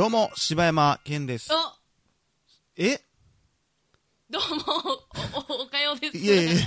どうも柴山健です。えどうもおかよです。 いやいやいや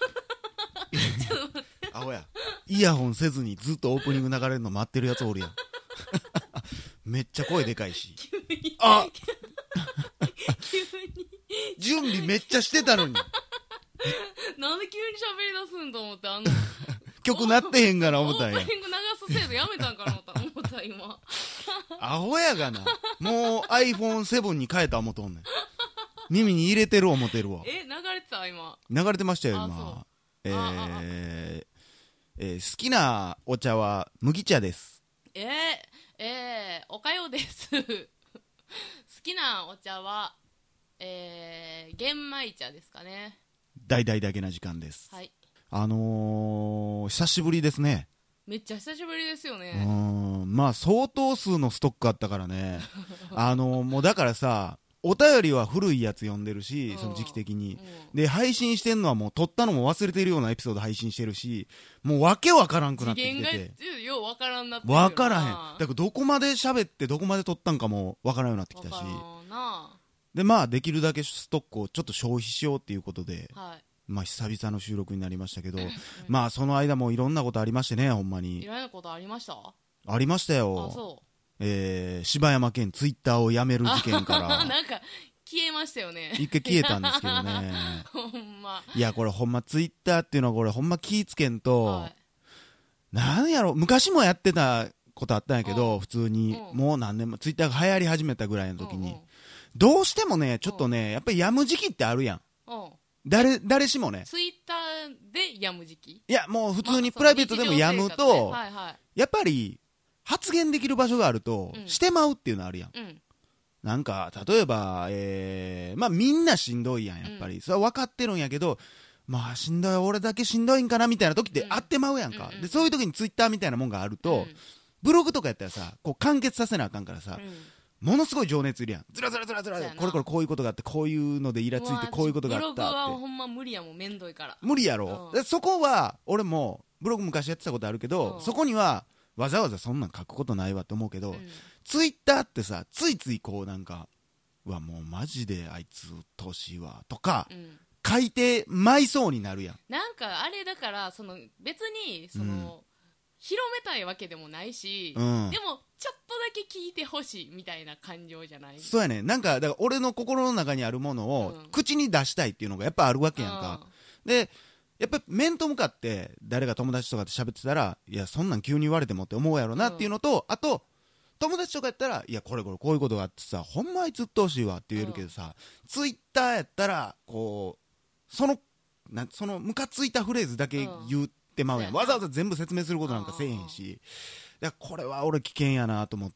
アホや。イヤホンせずにずっとオープニング流れるの待ってるやつおるやんめっちゃ声でかいし急にあ急に準備めっちゃしてたのになんで急に喋り出すんと思って、 曲鳴ってへんがな思ったんやオープニング流す制度やめたんかな思った今アホやがな。もう iPhone7 に変えた思とんねん。耳に入れてる思てるわ。 流れてた今。 流れてましたよあ今。好きなお茶は麦茶です。 おかよです好きなお茶は玄米茶ですかね。 大々だけな時間です。 はい。 久しぶりですね。 めっちゃ久しぶりですよね。 まあ相当数のストックあったからねもうだからさ、お便りは古いやつ読んでるし、その時期的に、で配信してんのはもう撮ったのも忘れてるようなエピソード配信してるし、もうわけわからんくなってきてて、 次元がようわからんなってるよな。 わからへん。だからどこまで喋ってどこまで撮ったんかもわからんようになってきたし、でまあできるだけストックをちょっと消費しようっていうことで、 はい、 まあ久々の収録になりましたけどまあその間もいろんなことありましてね、ほんまにいろんなことありました。 ありましたよ。 あ、そう。 柴山健ツイッターをやめる事件からなんか消えましたよね。 一回消えたんですけどねほんま。 いやこれほんまツイッターっていうのはこれほんま気ぃつけんと、 はい、 なんやろ、昔もやってたことあったんやけど、普通に、 うん、 もう何年もツイッターが流行り始めたぐらいの時に、 うん、 どうしてもねちょっとね、やっぱりやむ時期ってあるやん。誰しもね。 ツイッターでやむ時期。 いやもう普通にプライベートでもやむと、 はいはい、 やっぱり発言できる場所があると、してまうっていうのあるやん、なんか例えば、まあみんなしんどいやん、やっぱり、それは分かってるんやけど、まあしんどい、俺だけしんどいんかなみたいな時ってあってまうやんか、でそういう時にツイッターみたいなもんがあると、ブログとかやったらさ、こう完結させなあかんからさ、ものすごい情熱いるやん。ずらずらずらずら、これこういうことがあって、こういうのでイラついてこういうことがあったって。 ブログはほんま無理やもん、めんどいから。 無理やろ、でそこは俺もブログ昔やってたことあるけど、そこにはわざわざそんなん書くことないわって思うけど、ツイッターってさ、ついついこうなんか、うわもうマジであいつうっとうしいわとか、書いてまいそうになるやん。 なんかあれだから、別に広めたいわけでもないし、でもちょっとだけ聞いてほしいみたいな感情じゃない。 そうやね。なんかだから俺の心の中にあるものを口に出したいっていうのがやっぱあるわけやんか、でやっぱり面と向かって誰が友達とかで喋ってたら、いやそんなん急に言われてもって思うやろなっていうのと、あと友達とかやったら、いやこれこういうことがあってさ、ほんまあいつうっとうしいわって言えるけどさ、ツイッターやったらこうそのムカついたフレーズだけ言ってまうやん、わざわざ全部説明することなんかせえへんし、だからこれは俺危険やなと思って、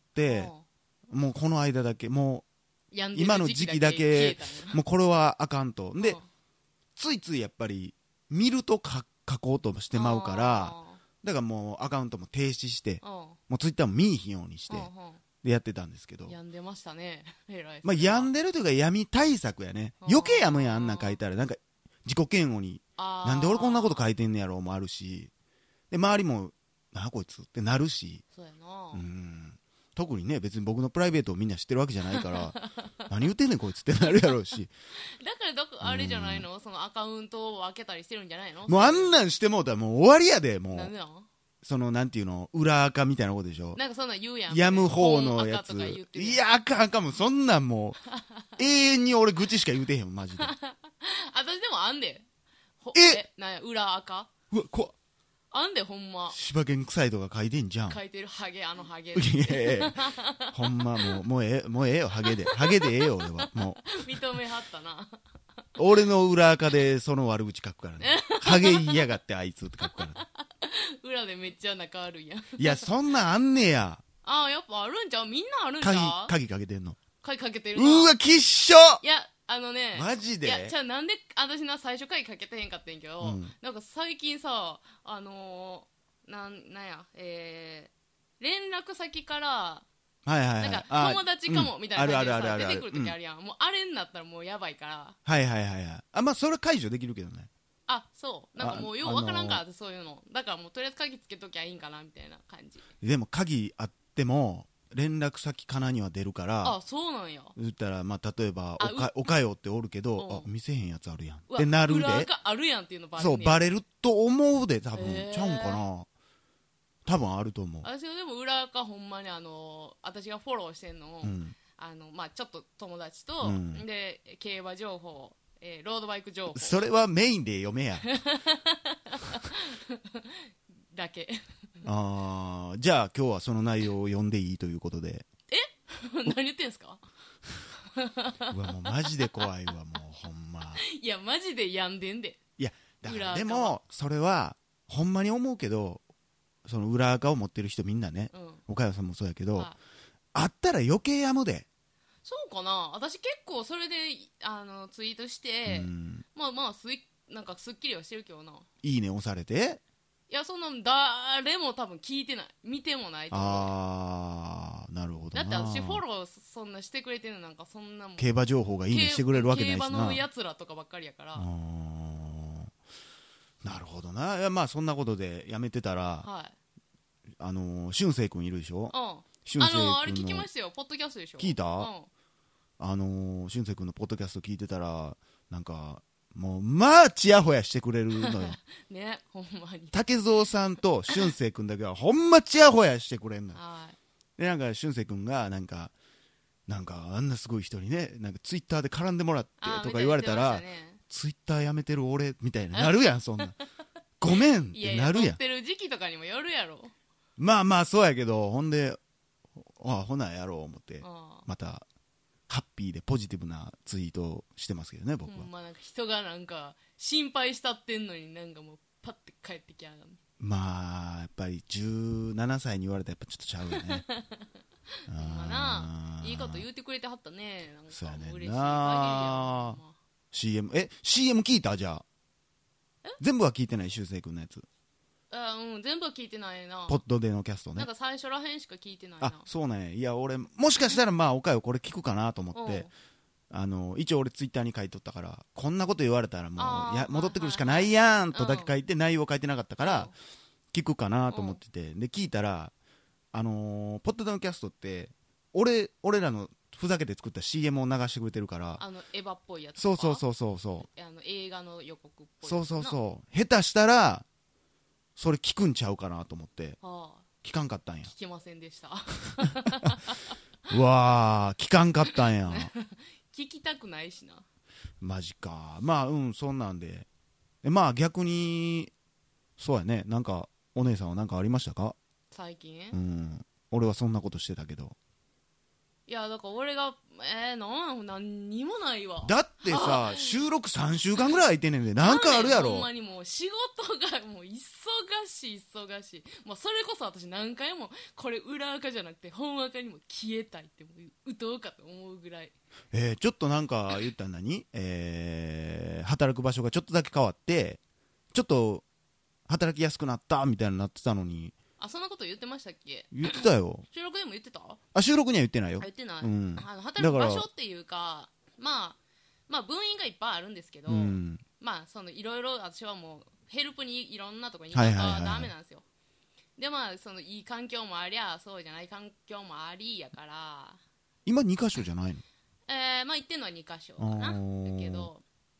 もうこの間だけ、もう今の時期だけもうこれはあかんと。でついついやっぱり見ると書こうとしてまうから、だからもうアカウントも停止して、もうツイッターも見いひんようにしてでやってたんですけど、 病んでましたね。 まあ病んでるというか闇対策やね。余計やむやん、あんなん書いたらなんか自己嫌悪に、なんで俺こんなこと書いてんねやろもあるし、で周りもなあこいつってなるし、 そうやな、 特にね別に僕のプライベートをみんな知ってるわけじゃないから何言ってんねんこいつってなるやろうしだからあれじゃないの、そのアカウントを分けたりしてるんじゃないの。 もうあんなんしてもうたらもう終わりやで。もうなんでなん、 そのなんていうの、裏垢みたいなことでしょ。 なんかそんなん言うやん、 やむ方のやつ。いやあかんあかん、もうそんなんもう永遠に俺愚痴しか言うてへんもんマジで私でもあんで、なんや裏垢、 うわ怖っ、 あんでほんま。 柴犬臭いとか書いてんじゃん。 書いてるハゲ、あのハゲいやいやほんまもうええよ、ハゲでええよ俺は。もう認めはったな俺の裏垢でその悪口書くからねハゲ言いやがってあいつって書くから裏でめっちゃ仲悪いやん。 いやそんなんあんねや。 ああ、やっぱあるんちゃう、みんなあるんちゃう。 鍵かけてんの。 鍵かけてるな。 うわきっしょ。 いやね、 マジで。 いやじゃあなんで私最初鍵かけてへんかってんけど、なんか最近さ、なんや、連絡先からなんか友達かもみたいな感じでさ、出てくるときあるやん、もうあれになったらもうやばいから。 はいはいはいはい。あ、まあそれ解除できるけどね。 あ、そうなんかもうようわからんからって、そういうのだからもうとりあえず鍵つけときゃいいんかなみたいな感じ。 でも鍵あっても連絡先かなには出るから、 あ、そうなんや。 言ったら、まあ、例えばおかよっておるけど、 うん、 見せへんやつあるやんってなるで、 裏があるやんっていうのバレる、 そうバレると思うで、多分ちゃうんかな、多分あると思う。 私はでも裏がほんまに私がフォローしてんのを、まあ、ちょっと友達と、で競馬情報、ロードバイク情報、 それはメインで読めやだけああ、じゃあ今日はその内容を読んでいいということで。 何言ってんすかうわ、もうマジで怖いわ、もうほんま。 いやマジで病んでんで。 いやだからでもそれはほんまに思うけど、その裏垢を持ってる人みんなね、岡山さんもそうやけど、あったら余計やむで。 そうかな、私結構それでツイートして、まあなんかすっきりはしてるけどな。 いいね押されて、 いや、そんな誰も多分聞いてない、見てもないと思う。 ああ、なるほどな。 だって私フォローそんなしてくれてるのなんかそんなもん、 競馬情報がいいねしてくれるわけないしな。 競馬のやつらとかばっかりやから。 なるほどな。いや、まあそんなことでやめてたら、 はい、 俊生君いるでしょ。 俊生君あれ聞きましたよ、ポッドキャストでしょ。 聞いた？俊生君のポッドキャスト聞いてたら、なんかもうまあちやほやしてくれるのよね、ほんまに竹蔵さんと俊生君だけはほんまちやほやしてくれんのよ。でなんか俊生君がなんかあんなすごい人にね、なんかツイッターで絡んでもらってとか言われたら、ツイッターやめてる俺みたいになるやんそんなごめんってなるやん。 いやいや、撮ってる時期とかにもよるやろ。 まあまあそうやけど、ほんでほなやろう思ってまたハッピーでポジティブなツイートをしてますけどね、僕は。 なんか人がなんか心配したってんのになんかもうパッて帰ってきやがる。 まあやっぱり17歳に言われたらやっぱちょっとちゃうよねまあないいこと言うてくれてはったね。なんかそうやねんな。 嬉しい限りや。 CM 聞いた？じゃあ全部は聞いてない？修正君のやつ。 全部は聞いてないな。 ポッドでのキャストね。 なんか最初らへんしか聞いてないな。 そうね。いや俺もしかしたらまあおかよこれ聞くかなと思って一応俺ツイッターに書いとったから、こんなこと言われたらもう戻ってくるしかないやんとだけ書いて、内容書いてなかったから聞くかなと思ってて、で聞いたらポッドでのキャストって俺らのふざけて作った CM を流してくれてるから、 エヴァっぽいやつそとう映画の予告っぽいやつ。そう下手したらそれ聞くんちゃうかなと思って聞かんかったんや。 聞きませんでしたうわー聞かんかったんや聞きたくないしな。 マジか。まあそんなんで、まあ逆にそうやね。なんかお姉さんは何かありましたか最近？ 俺はそんなことしてたけど。 いやだから俺が何にもないわ。 だってさ収録3週間ぐらい空いてんねんで、なんかあるやろ。 ほんまにもう仕事がもう忙しい、もうそれこそ私何回もこれ裏垢じゃなくて本垢にも消えたいってもう打とうかと思うぐらい。 ちょっとなんか言ったら何働く場所がちょっとだけ変わってちょっと働きやすくなったみたいになってたのに。 そんなこと言ってましたっけ？ 言ってたよ。 収録でも言ってた？ 収録には言ってないよ。 言ってない。働く場所っていうか、まあ分員がいっぱいあるんですけど、まあそのいろいろ私はもうヘルプにいろんなところに行かなダメなんですよ。でまあそのいい環境もありゃそうじゃない環境もありやから。 今2カ所じゃないの？ まあ行ってんのは2カ所かな。だけど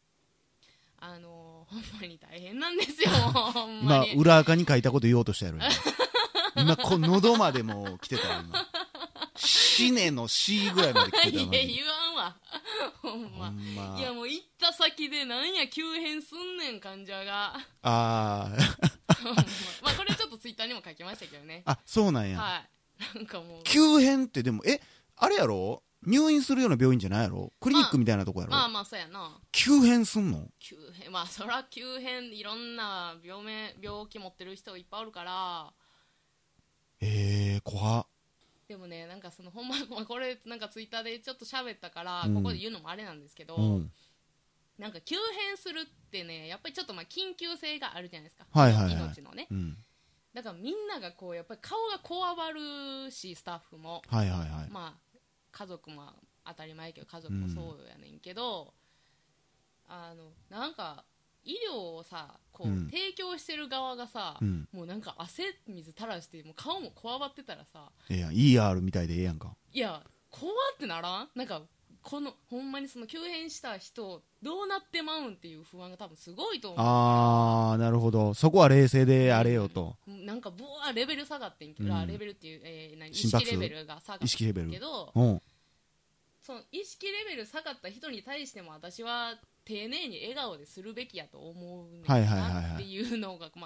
ほんまに大変なんですよ。ほんまに今裏垢に書いたこと言おうとしたやろ今喉までも来てたよ今。死ねの C ぐらいまで来てたよ。 いや言わんわほんま。いやもう行った先でなんや急変すんねん患者が。まあこれちょっとツイッターにも書きましたけどね。 そうなんや。 なんかもう急変ってでもあれやろ、入院するような病院じゃないやろ、クリニックみたいなとこやろ。 まあそうやな。 急変すんの？ まあそら急変、いろんな病気持ってる人いっぱいおるから。 怖っ。 でもねなんかそのほんまこれなんかツイッターでちょっと喋ったから、ここで言うのもあれなんですけど、なんか急変するってねやっぱりちょっと緊急性があるじゃないですか、命のね、だからみんながこうやっぱり顔がこわばるし、スタッフも、まあ家族も当たり前やけど家族もそうやねんけど、なんか医療をさこう、提供してる側がさ、もうなんか汗水垂らしてもう顔もこわばってたらさ、 ER みたいでええやんか。 いや怖ってならん？なんかこのほんまにその急変した人どうなってまうんっていう不安が多分すごいと思う。 なるほど。そこは冷静であれよと。 なんかブワーレベル下がってんけど、レベルっていう、意心拍数識レベルが下がってんけど、その意識レベル下がった人に対しても私は丁寧に笑顔でするべきやと思うねんなっていうのが、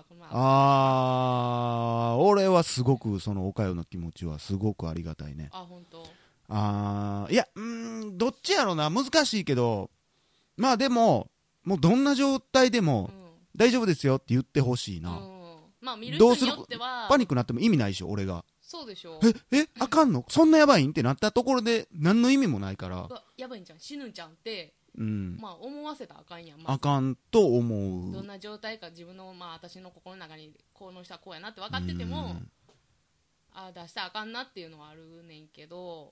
俺はすごくそのおかよの気持ちはすごくありがたいね。 本当。 いやどっちやろな、難しいけど、まあでももうどんな状態でも大丈夫ですよって言ってほしいな。 まあ見る人によってはパニックなっても意味ないでしょ俺が。 そうでしょ。 あかんのそんなやばいんってなったところで何の意味もないから、 やばいんじゃん死ぬんじゃんって、まあ思わせたらあかんやん、 あかんと思う。 どんな状態か自分の私の心の中にこの人はこうやなって分かってても、出したらあかんなっていうのはあるねんけど、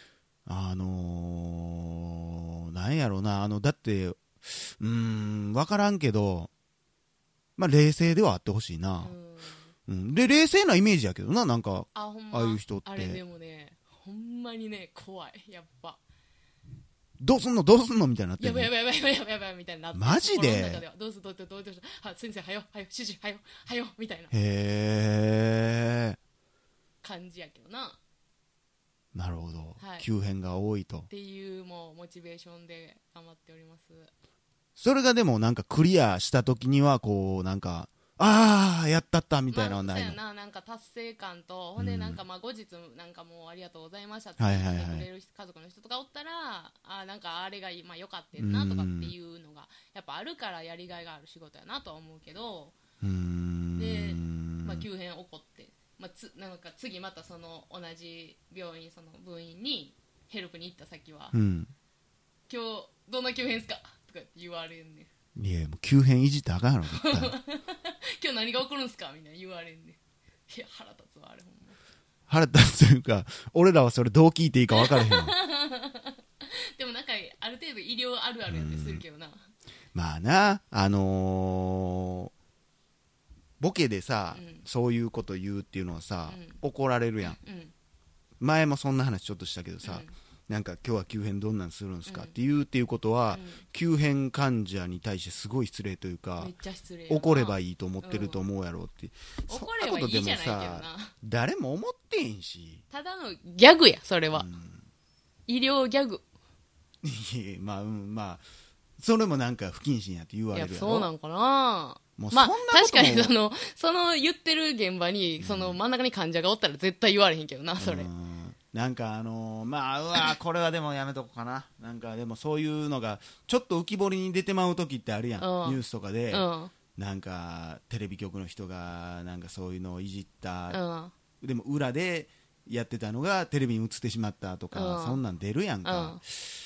なんやろな、だって分からんけど、まあ冷静ではあってほしいな。で冷静なイメージやけどな、なんかああいう人って。 あれでもねほんまにね怖い。やっぱどうすんのみたいになってやばいみたいになって、 マジでどうする先生はよ指示はよみたいな感じやけどな。 なるほど、急変が多いとっていうもうモチベーションで頑張っております。 それがでもなんかクリアした時にはこうなんかやったみたいなのはないの？ そうやな、なんか達成感と、ほんでなんか後日なんかもうありがとうございましたって言ってくれる家族の人とかおったら、なんかあれが良かったなとかっていうのがやっぱあるからやりがいがある仕事やなとは思うけど、で、急変起こって、なんか次またその同じ病院その部員にヘルプに行った先は、今日どんな急変すかとかって言われんねん。 いやもう急変いじってあかんやろ今日何が起こるんすかみたいな言われんねん。いや腹立つわあれほんま。 腹立つというか俺らはそれどう聞いていいか分からへんわでもなんかある程度医療あるあるやってするけどな。 まあなボケでさ、そういうこと言うっていうのはさ、怒られるやん、前もそんな話ちょっとしたけどさ、なんか今日は急変どんなんするんですかって言うっていうことは、急変患者に対してすごい失礼というか、 めっちゃ失礼怒ればいいと思ってると思うやろうって、 怒ればいいじゃないけどな。 誰も思ってへんし、 ただのギャグやそれは、医療ギャグ。 まあそれもなんか不謹慎やって言われるやろ。 そうなんかな。確かにその言ってる現場にその真ん中に患者がおったら絶対言われへんけどなそれ。 なんかこれはでもやめとこうかな。なんかでもそういうのがちょっと浮き彫りに出てまう時ってあるやん、ニュースとかで、なんかテレビ局の人がなんかそういうのをいじった、でも裏でやってたのがテレビに映ってしまったとか、そんなん出るやんか、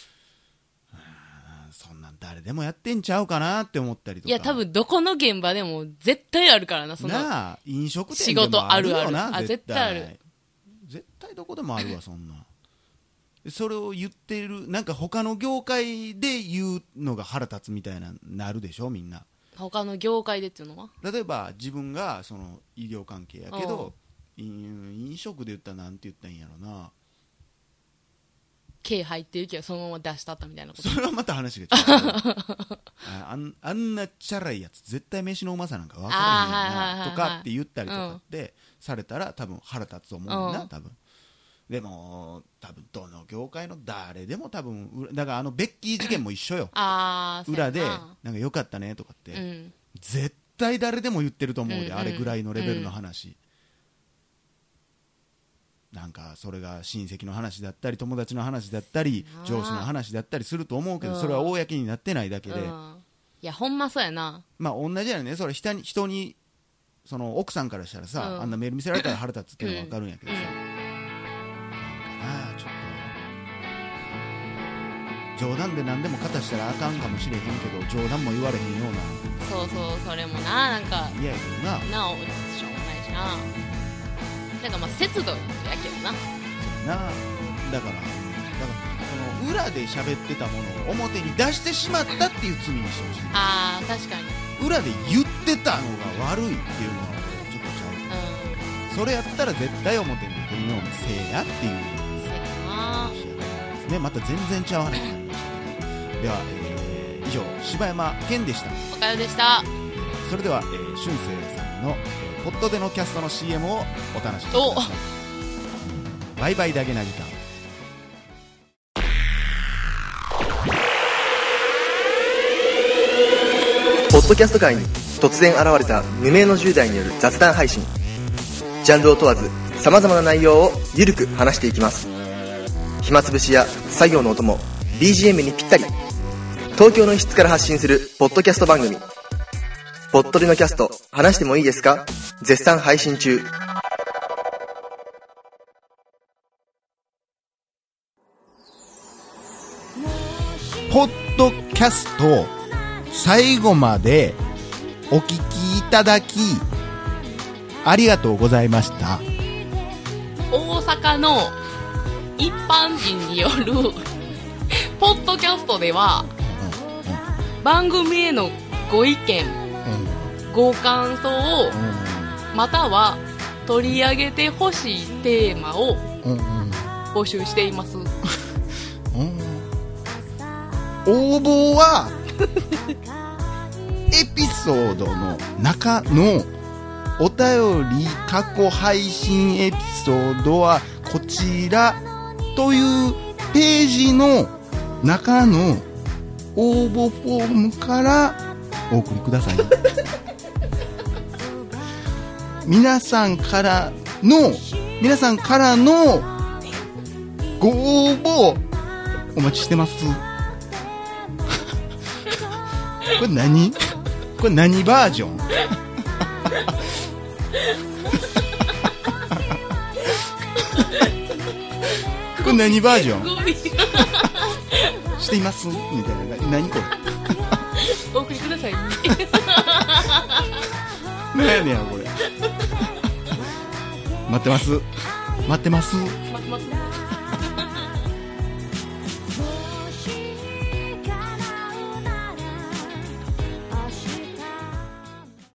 そんなん誰でもやってんちゃうかなって思ったりとか。 いや多分どこの現場でも絶対あるからな、その飲食店でもあるよな、 絶対ある。 絶対どこでもあるわそんなそれを言ってる、なんか他の業界で言うのが腹立つみたいななるでしょみんな。 他の業界でっていうのは例えば自分がその医療関係やけど、飲食で言ったらなんて言ったらいいんやろな、 毛入ってるけどそのまま出したったみたいなこと。 それはまた話が違うあんなチャラいやつ絶対飯のうまさなんか分からへんよなとかって言ったりとかってされたら多分腹立つと思うんだな多分。でも多分どの業界の誰でも多分だからベッキー事件も一緒よ裏でなんか良かったねとかって、絶対誰でも言ってると思うで、あれぐらいのレベルの話、なんかそれが親戚の話だったり友達の話だったり上司の話だったりすると思うけど、それは公になってないだけで、 いやほんまそうやな。 まあ同じやね、それ人にその奥さんからしたらさ、あんなメール見せられたら腹立つっていうのは分かるんやけどさ、なんかなちょっと冗談で何でも肩したらあかんかもしれへんけど冗談も言われへんような、 それもなんか嫌やけどな、 しょうがないしな、なんかまあ節度やけどな。 だからその裏で喋ってたものを表に出してしまったっていう罪にしてほしい。 確かに裏で言ってたのが悪いっていうのはちょっとちゃう、それやったら絶対表に出んようにせえやっていう話ですね。また全然ちゃう話になりましたけど、では、以上柴山健でした。 おかよでした。 それでは、俊生さんの、ポッドでのキャストの CM をお楽しみください。バイバイだけなぎか。 ポッドキャスト界に突然現れた無名の10代による雑談配信。ジャンルを問わず様々な内容をゆるく話していきます。暇つぶしや作業のお供、 BGM にぴったり、東京の一室から発信するポッドキャスト番組、ポッドでのキャスト話してもいいですか、絶賛配信中。 ポッドキャスト最後までお聞きいただきありがとうございました。 大阪の一般人によるポッドキャストでは、番組へのご意見、ご感想を、または取り上げてほしいテーマを募集しています。 応募はエピソードの中のお便り過去配信エピソードはこちらというページの中の応募フォームからお送りください。皆さんからのご応募お待ちしてます。これ何バージョンこれ何バージョンしていますみたいな。何これお送りください。 何やねんこれ。待ってます。 待ってます。